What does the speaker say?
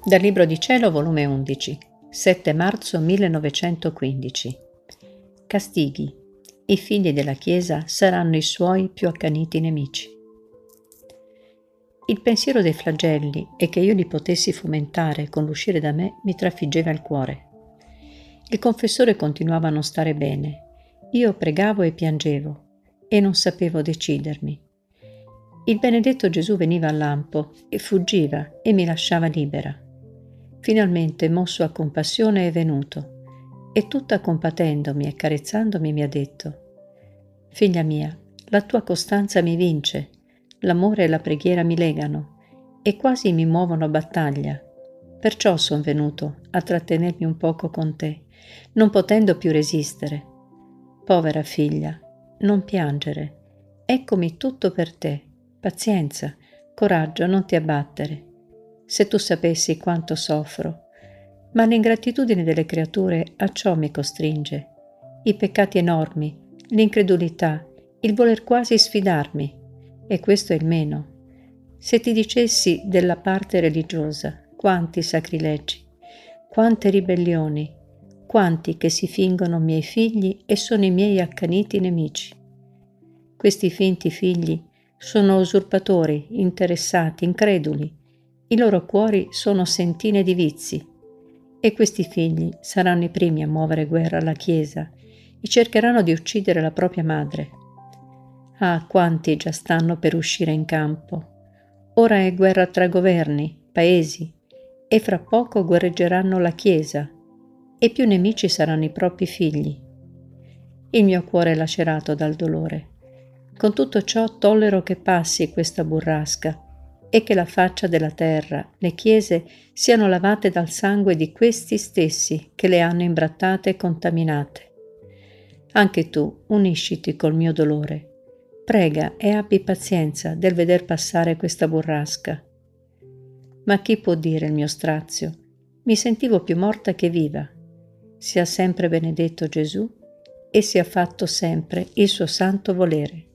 Dal Libro di Cielo, volume 11, 7 marzo 1915. Castighi. I figli della Chiesa saranno i suoi più accaniti nemici. Il pensiero dei flagelli e che io li potessi fomentare con l'uscire da me mi trafiggeva il cuore. Il confessore continuava a non stare bene. Io pregavo e piangevo e non sapevo decidermi. Il benedetto Gesù veniva al lampo e fuggiva e mi lasciava libera. Finalmente, mosso a compassione, è venuto e tutta compatendomi e carezzandomi mi ha detto: «Figlia mia, la tua costanza mi vince, l'amore e la preghiera mi legano e quasi mi muovono a battaglia. Perciò son venuto a trattenermi un poco con te, non potendo più resistere. Povera figlia, non piangere, eccomi tutto per te. Pazienza, coraggio, non ti abbattere. Se tu sapessi quanto soffro, ma l'ingratitudine delle creature a ciò mi costringe. I peccati enormi, l'incredulità, il voler quasi sfidarmi, e questo è il meno. Se ti dicessi della parte religiosa, quanti sacrilegi, quante ribellioni, quanti che si fingono miei figli e sono i miei accaniti nemici. Questi finti figli sono usurpatori, interessati, increduli. I loro cuori sono sentine di vizi. E questi figli saranno i primi a muovere guerra alla Chiesa e cercheranno di uccidere la propria madre. Ah, quanti già stanno per uscire in campo. Ora è guerra tra governi, paesi, e fra poco guerreggeranno la Chiesa, e più nemici saranno i propri figli. Il mio cuore è lacerato dal dolore. Con tutto ciò tollero che passi questa burrasca e che la faccia della terra, le chiese, siano lavate dal sangue di questi stessi che le hanno imbrattate e contaminate. Anche tu unisciti col mio dolore. Prega e abbi pazienza del veder passare questa burrasca. Ma chi può dire il mio strazio? Mi sentivo più morta che viva. Sia sempre benedetto Gesù e sia fatto sempre il suo santo volere.